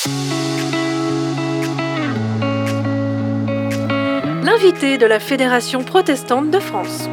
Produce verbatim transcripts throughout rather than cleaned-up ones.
L'invité de la Fédération protestante de France.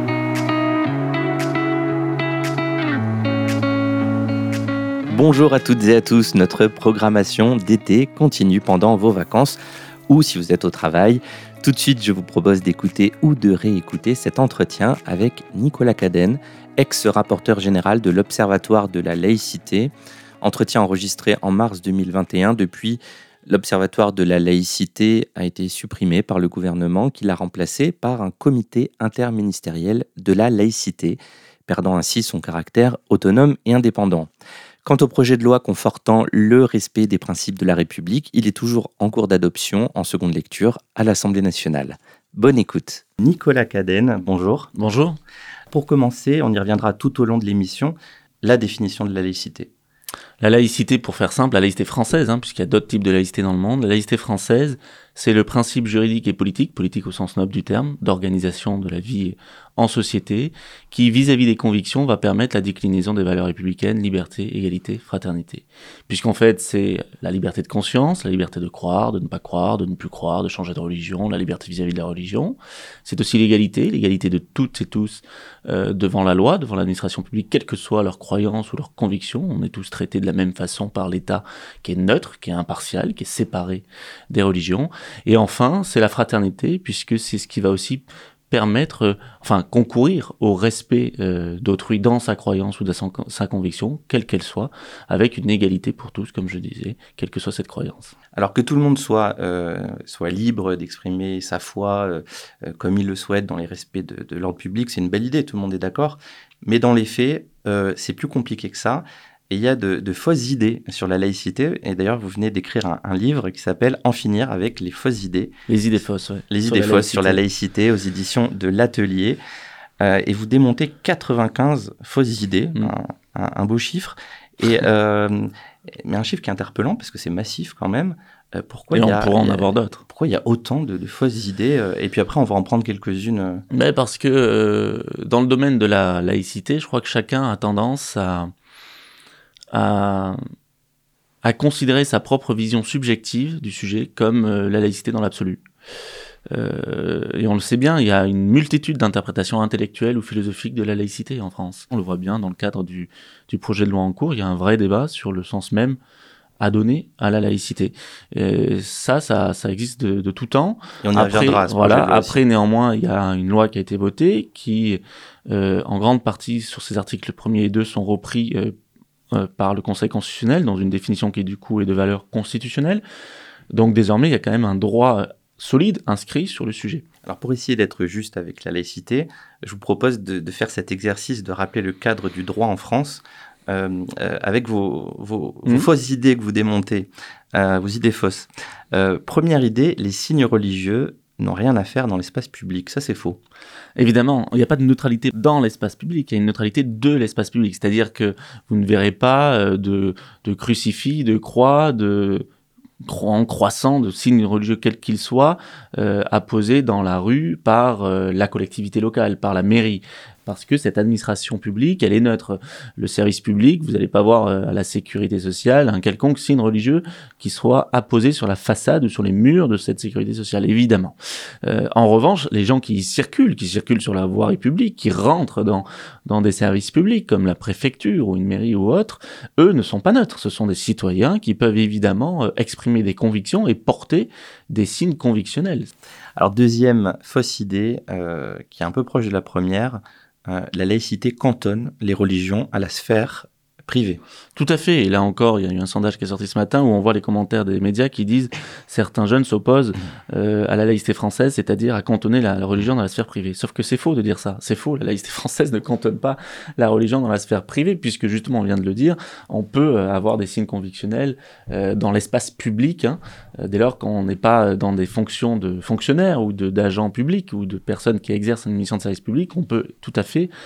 Bonjour à toutes et à tous, notre programmation d'été continue pendant vos vacances ou si vous êtes au travail. Tout de suite, je vous propose d'écouter ou de réécouter cet entretien avec Nicolas Cadenne, ex-rapporteur général de l'Observatoire de la laïcité. Entretien enregistré en mars deux mille vingt et un. Depuis, l'Observatoire de la laïcité a été supprimé par le gouvernement qui l'a remplacé par un comité interministériel de la laïcité, perdant ainsi son caractère autonome et indépendant. Quant au projet de loi confortant le respect des principes de la République, il est toujours en cours d'adoption en seconde lecture à l'Assemblée nationale. Bonne écoute. Nicolas Cadenne, bonjour. Bonjour. Pour commencer, on y reviendra tout au long de l'émission, la définition de la laïcité. La laïcité, pour faire simple, la laïcité française, hein, puisqu'il y a d'autres types de laïcité dans le monde. La laïcité française, c'est le principe juridique et politique, politique au sens noble du terme, d'organisation de la vie en société, qui, vis-à-vis des convictions, va permettre la déclinaison des valeurs républicaines, liberté, égalité, fraternité. Puisqu'en fait, c'est la liberté de conscience, la liberté de croire, de ne pas croire, de ne plus croire, de changer de religion, la liberté vis-à-vis de la religion. C'est aussi l'égalité, l'égalité de toutes et tous euh, devant la loi, devant l'administration publique, quelle que soit leur croyance ou leur conviction. On est tous traités de la même façon par l'État, qui est neutre, qui est impartial, qui est séparé des religions. Et enfin, c'est la fraternité, puisque c'est ce qui va aussi permettre, euh, enfin, concourir au respect euh, d'autrui dans sa croyance ou dans sa, sa conviction, quelle qu'elle soit, avec une égalité pour tous, comme je disais, quelle que soit cette croyance. Alors que tout le monde soit, euh, soit libre d'exprimer sa foi euh, euh, comme il le souhaite dans les respects de, de l'ordre public, c'est une belle idée, tout le monde est d'accord. Mais dans les faits, euh, c'est plus compliqué que ça. Et il y a de, de fausses idées sur la laïcité. Et d'ailleurs, vous venez d'écrire un, un livre qui s'appelle « En finir avec les fausses idées ». Les idées fausses, oui. Les idées fausses sur la laïcité aux éditions de l'Atelier. Euh, et vous démontez quatre-vingt-quinze fausses idées, mmh. un, un, un beau chiffre. Et, euh, mais un chiffre qui est interpellant parce que c'est massif quand même. Euh, pourquoi et on y a, pourra en y a, avoir d'autres. Pourquoi il y a autant de, de fausses idées euh, et puis après, on va en prendre quelques-unes. Euh... Mais parce que euh, dans le domaine de la laïcité, je crois que chacun a tendance à... À, à considérer sa propre vision subjective du sujet comme euh, la laïcité dans l'absolu. Euh, et on le sait bien, il y a une multitude d'interprétations intellectuelles ou philosophiques de la laïcité en France. On le voit bien dans le cadre du, du projet de loi en cours, il y a un vrai débat sur le sens même à donner à la laïcité. Et ça, ça, ça existe de, de tout temps. Et on y après, reviendra à ce voilà, projet de loi après, aussi. Néanmoins, il y a une loi qui a été votée qui, euh, en grande partie, sur ses articles premier et deux, sont repris euh, Euh, par le Conseil constitutionnel, dans une définition qui, du coup, est de valeur constitutionnelle. Donc, désormais, il y a quand même un droit solide inscrit sur le sujet. Alors, pour essayer d'être juste avec la laïcité, je vous propose de, de faire cet exercice de rappeler le cadre du droit en France euh, euh, avec vos, vos, vos mmh. fausses idées que vous démontez, euh, vos idées fausses. Euh, première idée, les signes religieux n'ont rien à faire dans l'espace public. Ça, c'est faux. Évidemment, il n'y a pas de neutralité dans l'espace public, il y a une neutralité de l'espace public. C'est-à-dire que vous ne verrez pas de, de crucifix, de croix, de en croissant, de signes religieux quels qu'ils soient, euh, apposés dans la rue par euh, la collectivité locale, par la mairie. Parce que cette administration publique, elle est neutre. Le service public, vous n'allez pas voir euh, à la sécurité sociale un quelconque signe religieux qui soit apposé sur la façade ou sur les murs de cette sécurité sociale, évidemment. Euh, en revanche, les gens qui circulent, qui circulent sur la voirie publique, qui rentrent dans, dans des services publics comme la préfecture ou une mairie ou autre, eux ne sont pas neutres. Ce sont des citoyens qui peuvent évidemment euh, exprimer des convictions et porter des signes convictionnels. Alors, deuxième fausse idée, euh, qui est un peu proche de la première, Euh, la laïcité cantonne les religions à la sphère privée. Tout à fait. Et là encore, il y a eu un sondage qui est sorti ce matin où on voit les commentaires des médias qui disent certains jeunes s'opposent euh, à la laïcité française, c'est-à-dire à cantonner la, la religion dans la sphère privée. Sauf que c'est faux de dire ça. C'est faux. La laïcité française ne cantonne pas la religion dans la sphère privée, puisque justement, on vient de le dire, on peut avoir des signes convictionnels euh, dans l'espace public, hein, dès lors qu'on n'est pas dans des fonctions de fonctionnaires ou de, d'agents publics ou de personnes qui exercent une mission de service public, on peut tout à fait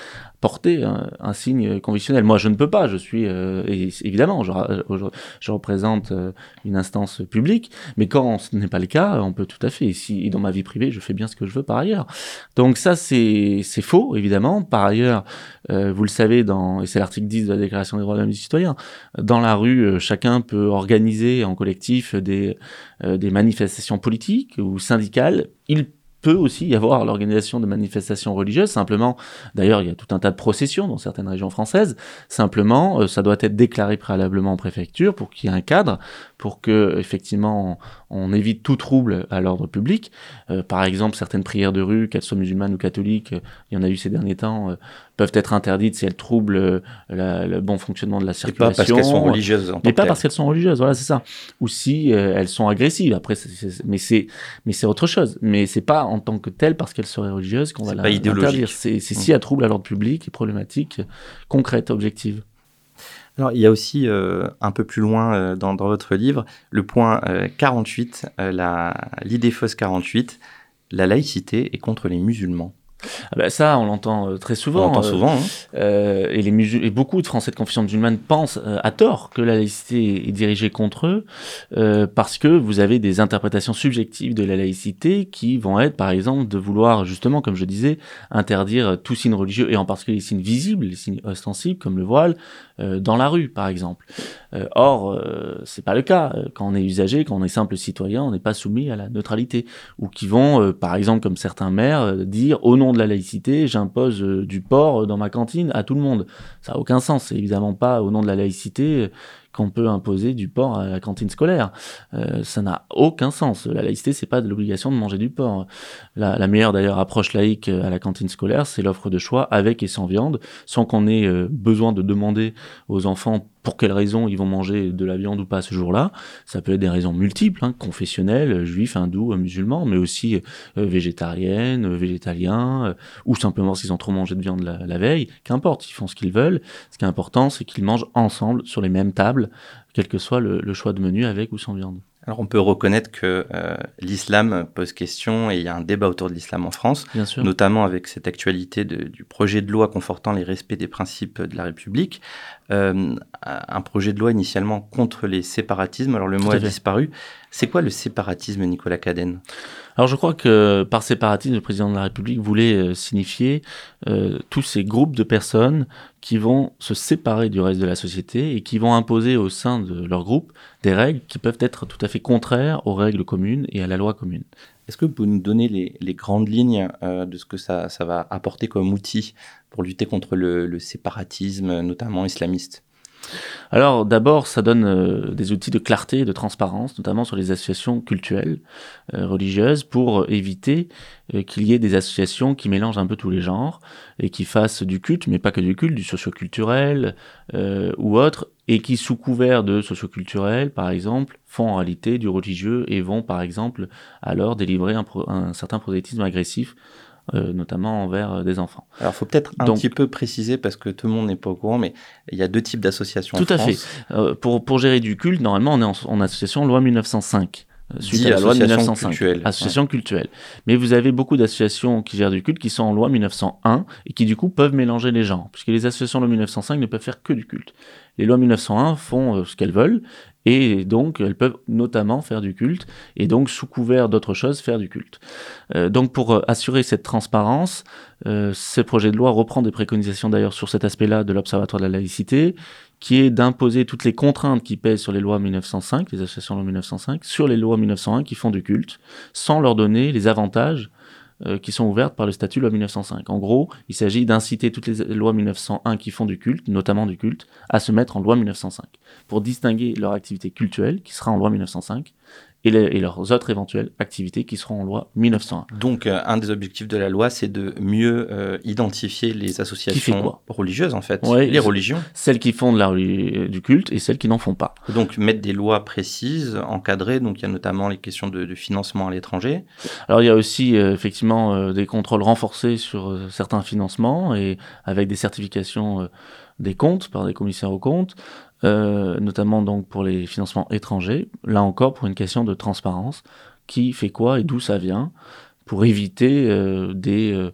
porter un, un signe convictionnel. Moi, je ne peux pas. Je suis euh, et évidemment, je, je, je représente euh, une instance publique, mais quand ce n'est pas le cas, on peut tout à fait. Et si dans ma vie privée, je fais bien ce que je veux par ailleurs. Donc ça, c'est c'est faux, évidemment. Par ailleurs, euh, vous le savez, dans et c'est l'article dix de la Déclaration des droits de l'homme et du citoyen. Dans la rue, euh, chacun peut organiser en collectif des euh, des manifestations politiques ou syndicales. Il peut aussi y avoir l'organisation de manifestations religieuses. Simplement, d'ailleurs, il y a tout un tas de processions dans certaines régions françaises. Simplement, euh, ça doit être déclaré préalablement en préfecture pour qu'il y ait un cadre, pour que effectivement on, on évite tout trouble à l'ordre public. Euh, par exemple, certaines prières de rue, qu'elles soient musulmanes ou catholiques, euh, il y en a eu ces derniers temps, euh, peuvent être interdites si elles troublent euh, la, le bon fonctionnement de la circulation. Et pas parce qu'elles sont religieuses. En tant mais que pas telles. parce qu'elles sont religieuses, voilà, c'est ça. Ou si euh, elles sont agressives. Après, c'est, c'est, mais c'est, mais c'est autre chose. Mais c'est pas en tant que telle parce qu'elles seraient religieuses qu'on c'est va pas la, idéologique. l'interdire. C'est, c'est Mmh. si elles troublent à l'ordre public et problématiques euh, concrètes, objectives. Alors, il y a aussi, euh, un peu plus loin euh, dans, dans votre livre, le point euh, quarante-huit, euh, la, l'idée fausse quarante-huit, la laïcité est contre les musulmans. Ah ben ça, on l'entend euh, très souvent. On l'entend euh, souvent. Hein. Euh, et, les musul- et beaucoup de Français de confession musulmane pensent euh, à tort que la laïcité est dirigée contre eux euh, parce que vous avez des interprétations subjectives de la laïcité qui vont être, par exemple, de vouloir justement, comme je disais, interdire tout signe religieux et en particulier les signes visibles, les signes ostensibles comme le voile, euh, dans la rue, par exemple. Euh, or, euh, c'est pas le cas. Quand on est usager, quand on est simple citoyen, on n'est pas soumis à la neutralité. Ou qui vont, euh, par exemple, comme certains maires, euh, dire au nom de la laïcité, j'impose euh, du porc dans ma cantine à tout le monde. Ça n'a aucun sens. C'est évidemment pas au nom de la laïcité qu'on peut imposer du porc à la cantine scolaire. Euh, ça n'a aucun sens. La laïcité, c'est pas de l'obligation de manger du porc. La, la meilleure d'ailleurs approche laïque à la cantine scolaire, c'est l'offre de choix avec et sans viande, sans qu'on ait euh, besoin de demander aux enfants pour quelles raisons ils vont manger de la viande ou pas ce jour-là. Ça peut être des raisons multiples, hein, confessionnelles, juifs, hindous, musulmans, mais aussi euh, végétariennes, euh, végétaliens, euh, ou simplement s'ils ont trop mangé de viande la, la veille. Qu'importe, ils font ce qu'ils veulent. Ce qui est important, c'est qu'ils mangent ensemble sur les mêmes tables, quel que soit le, le choix de menu avec ou sans viande. Alors, on peut reconnaître que euh, l'islam pose question et il y a un débat autour de l'islam en France, Bien sûr. notamment avec cette actualité de, du projet de loi confortant les respects des principes de la République. Euh, un projet de loi initialement contre les séparatismes. Alors, le mot Tout à a fait. disparu. C'est quoi le séparatisme, Nicolas Cadenne ? Alors je crois que par séparatisme, le président de la République voulait euh, signifier euh, tous ces groupes de personnes qui vont se séparer du reste de la société et qui vont imposer au sein de leur groupe des règles qui peuvent être tout à fait contraires aux règles communes et à la loi commune. Est-ce que vous pouvez nous donner les, les grandes lignes euh, de ce que ça, ça va apporter comme outil pour lutter contre le, le séparatisme, notamment islamiste ? Alors d'abord, ça donne euh, des outils de clarté et de transparence, notamment sur les associations cultuelles, euh, religieuses, pour éviter euh, qu'il y ait des associations qui mélangent un peu tous les genres et qui fassent du culte, mais pas que du culte, du socioculturel euh, ou autre, et qui, sous couvert de socioculturel, par exemple, font en réalité du religieux et vont, par exemple, alors délivrer un, pro- un certain prosélytisme agressif, Euh, notamment envers euh, des enfants. Alors, il faut peut-être un Donc, petit peu préciser, parce que tout le monde n'est pas au courant, mais il y a deux types d'associations Tout en à France. fait. Euh, pour, pour gérer du culte, normalement, on est en, en association loi mille neuf cent cinq. euh, Suite Dit à la loi de association mille neuf cent cinq. cultuelle. Association culturelle. Mais vous avez beaucoup d'associations qui gèrent du culte qui sont en loi mille neuf cent un et qui du coup peuvent mélanger les genres. Puisque les associations loi mille neuf cent cinq ne peuvent faire que du culte. Les lois mille neuf cent un font euh, ce qu'elles veulent et donc elles peuvent notamment faire du culte et donc sous couvert d'autres choses faire du culte. Euh, donc pour euh, assurer cette transparence, euh, ce projet de loi reprend des préconisations d'ailleurs sur cet aspect-là de l'Observatoire de la laïcité, qui est d'imposer toutes les contraintes qui pèsent sur les lois mille neuf cent cinq, les associations loi mille neuf cent cinq, sur les lois mille neuf cent un qui font du culte, sans leur donner les avantages euh, qui sont ouvertes par le statut loi mille neuf cent cinq. En gros, il s'agit d'inciter toutes les lois mille neuf cent un qui font du culte, notamment du culte, à se mettre en loi mille neuf cent cinq, pour distinguer leur activité cultuelle, qui sera en loi mille neuf cent cinq, et, les, et leurs autres éventuelles activités qui seront en loi mille neuf cent un. Donc, euh, un des objectifs de la loi, c'est de mieux euh, identifier les associations religieuses, en fait, Ouais, les religions. Celles qui font de la, du culte et celles qui n'en font pas. Donc, mettre des lois précises, encadrées. Donc, il y a notamment les questions de, de financement à l'étranger. Alors, il y a aussi, euh, effectivement, euh, des contrôles renforcés sur euh, certains financements et avec des certifications euh, des comptes par des commissaires aux comptes. Euh, notamment donc pour les financements étrangers, là encore pour une question de transparence, qui fait quoi et d'où ça vient, pour éviter euh, des, euh,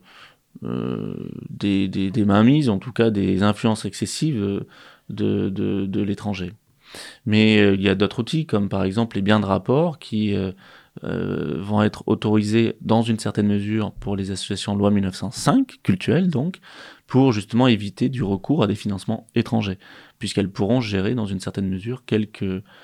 euh, des, des, des mainmises, en tout cas des influences excessives de, de, de l'étranger. Mais euh, il y a d'autres outils, comme par exemple les biens de rapport, qui euh, euh, vont être autorisés dans une certaine mesure pour les associations loi mille neuf cent cinq, cultuelles donc, pour justement éviter du recours à des financements étrangers, puisqu'elles pourront gérer dans une certaine mesure quelques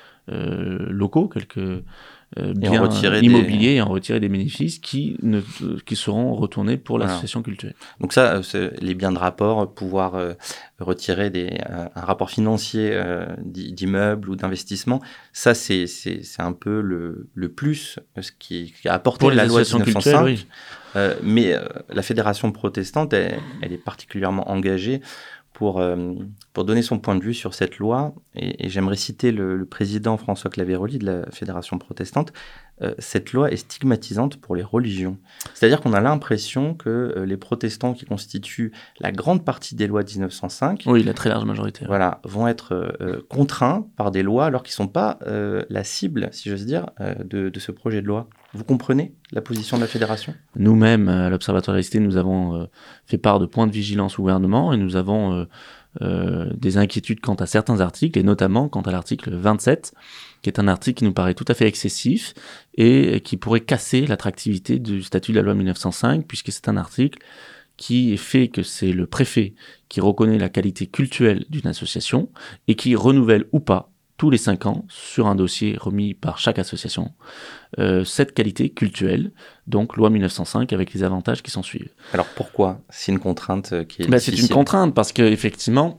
euh, locaux, quelques euh, biens immobiliers des... et en retirer des bénéfices qui, ne, qui seront retournés pour l'association voilà. culturelle. Donc ça, c'est les biens de rapport, pouvoir euh, retirer des, euh, un rapport financier euh, d'immeuble ou d'investissement, ça c'est, c'est, c'est un peu le, le plus, ce qui, qui a apporté pour la loi de mille neuf cent cinq. Oui. Euh, mais euh, la Fédération protestante, elle, elle est particulièrement engagée pour, euh, pour donner son point de vue sur cette loi. Et, et j'aimerais citer le, le président François Claveroli de la Fédération protestante. Euh, cette loi est stigmatisante pour les religions. C'est-à-dire qu'on a l'impression que euh, les protestants qui constituent la grande partie des lois de dix-neuf cent cinq, oui, la très large majorité, voilà, vont être euh, contraints par des lois alors qu'ils ne sont pas euh, la cible, si j'ose dire, euh, de, de ce projet de loi. Vous comprenez la position de la Fédération ? Nous-mêmes, à l'Observatoire de la laïcité, nous avons euh, fait part de points de vigilance au gouvernement et nous avons euh, euh, des inquiétudes quant à certains articles, et notamment quant à l'article vingt-sept, qui est un article qui nous paraît tout à fait excessif et qui pourrait casser l'attractivité du statut de la loi mille neuf cent cinq, puisque c'est un article qui fait que c'est le préfet qui reconnaît la qualité cultuelle d'une association et qui renouvelle ou pas tous les cinq ans, sur un dossier remis par chaque association, euh, cette qualité cultuelle, donc loi mille neuf cent cinq, avec les avantages qui s'en suivent. Alors pourquoi ? C'est une contrainte qui est ben, difficile. C'est une contrainte parce qu'effectivement,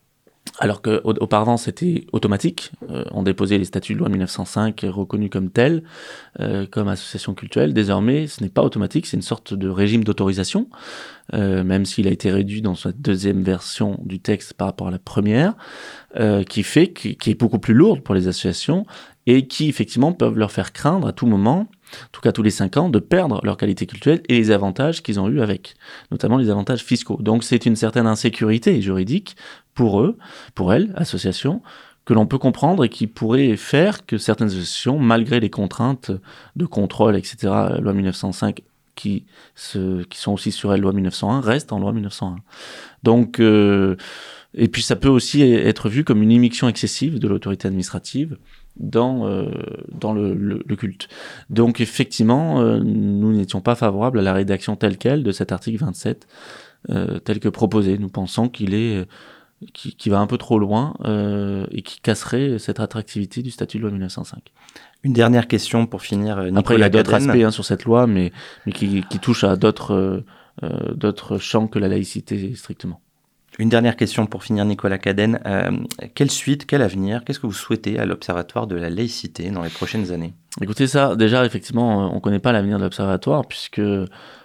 alors qu'auparavant c'était automatique, euh, on déposait les statuts de loi mille neuf cent cinq reconnus comme tels, euh, comme association culturelle. Désormais, ce n'est pas automatique, c'est une sorte de régime d'autorisation, euh, même s'il a été réduit dans sa deuxième version du texte par rapport à la première, euh, qui fait, qui, qui est beaucoup plus lourde pour les associations et qui effectivement peuvent leur faire craindre à tout moment, en tout cas tous les cinq ans, de perdre leur qualité culturelle et les avantages qu'ils ont eus avec, notamment les avantages fiscaux. Donc c'est une certaine insécurité juridique pour eux, pour elles, associations, que l'on peut comprendre et qui pourrait faire que certaines associations, malgré les contraintes de contrôle, et cetera, loi mille neuf cent cinq, qui, se, qui sont aussi sur elle, loi mille neuf cent un, restent en loi mille neuf cent un. Donc, euh, et puis ça peut aussi être vu comme une immixtion excessive de l'autorité administrative dans, euh, dans le, le, le culte. Donc effectivement, euh, nous n'étions pas favorables à la rédaction telle quelle de cet article vingt-sept, euh, tel que proposé. Nous pensons qu'il est... Qui, qui va un peu trop loin euh, et qui casserait cette attractivité du statut de loi mille neuf cent cinq. Une dernière question pour finir, Nicolas Après, il y a d'autres Cadenne. aspects hein, sur cette loi, mais, mais qui, qui touchent à d'autres, euh, d'autres champs que la laïcité strictement. Une dernière question pour finir, Nicolas Cadenne. Euh, quelle suite, quel avenir, qu'est-ce que vous souhaitez à l'Observatoire de la laïcité dans les prochaines années ? Écoutez, ça, déjà, effectivement, on ne connaît pas l'avenir de l'Observatoire, puisque euh,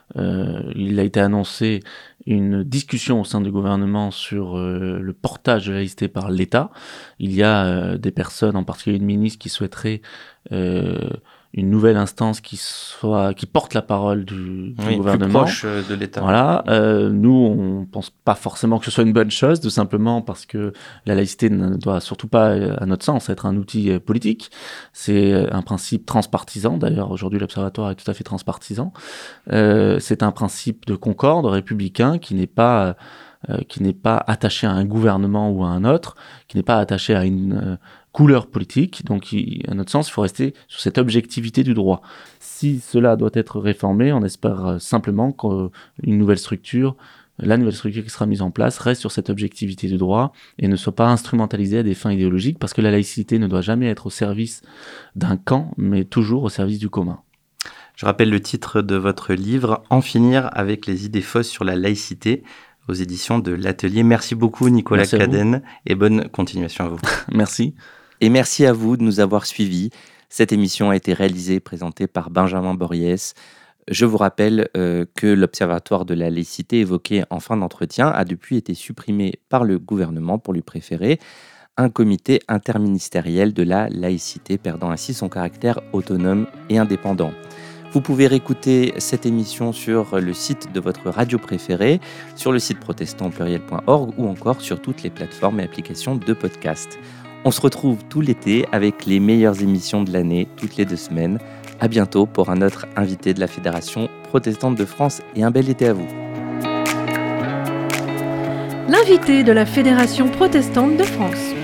il a été annoncé une discussion au sein du gouvernement sur euh, le portage de la laïcité par l'État. Il y a euh, des personnes, en particulier une ministre, qui souhaiterait euh, une nouvelle instance qui soit qui porte la parole du, du oui, gouvernement. Plus proche de l'État. Voilà. Euh, nous, on pense pas forcément que ce soit une bonne chose, tout simplement parce que la laïcité ne doit surtout pas, à notre sens, être un outil politique. C'est un principe transpartisan. D'ailleurs, aujourd'hui, l'Observatoire est tout à fait transpartisan. Euh, c'est un principe de concorde républicain qui n'est pas euh, qui n'est pas attaché à un gouvernement ou à un autre, qui n'est pas attaché à une euh, couleur politique. Donc, il, à notre sens, il faut rester sur cette objectivité du droit. Si cela doit être réformé, on espère simplement qu'une nouvelle structure, la nouvelle structure qui sera mise en place, reste sur cette objectivité du droit et ne soit pas instrumentalisée à des fins idéologiques, parce que la laïcité ne doit jamais être au service d'un camp, mais toujours au service du commun. Je rappelle le titre de votre livre, « En finir avec les idées fausses sur la laïcité », aux éditions de l'Atelier. Merci beaucoup, Nicolas merci Cadenne, et bonne continuation à vous. Merci. Et merci à vous de nous avoir suivis. Cette émission a été réalisée et présentée par Benjamin Borries. Je vous rappelle euh, que l'Observatoire de la laïcité évoqué en fin d'entretien a depuis été supprimé par le gouvernement pour lui préférer un comité interministériel de la laïcité, perdant ainsi son caractère autonome et indépendant. Vous pouvez réécouter cette émission sur le site de votre radio préférée, sur le site protestant pluriel point org ou encore sur toutes les plateformes et applications de podcast. On se retrouve tout l'été avec les meilleures émissions de l'année, toutes les deux semaines. À bientôt pour un autre invité de la Fédération protestante de France et un bel été à vous. L'invité de la Fédération protestante de France.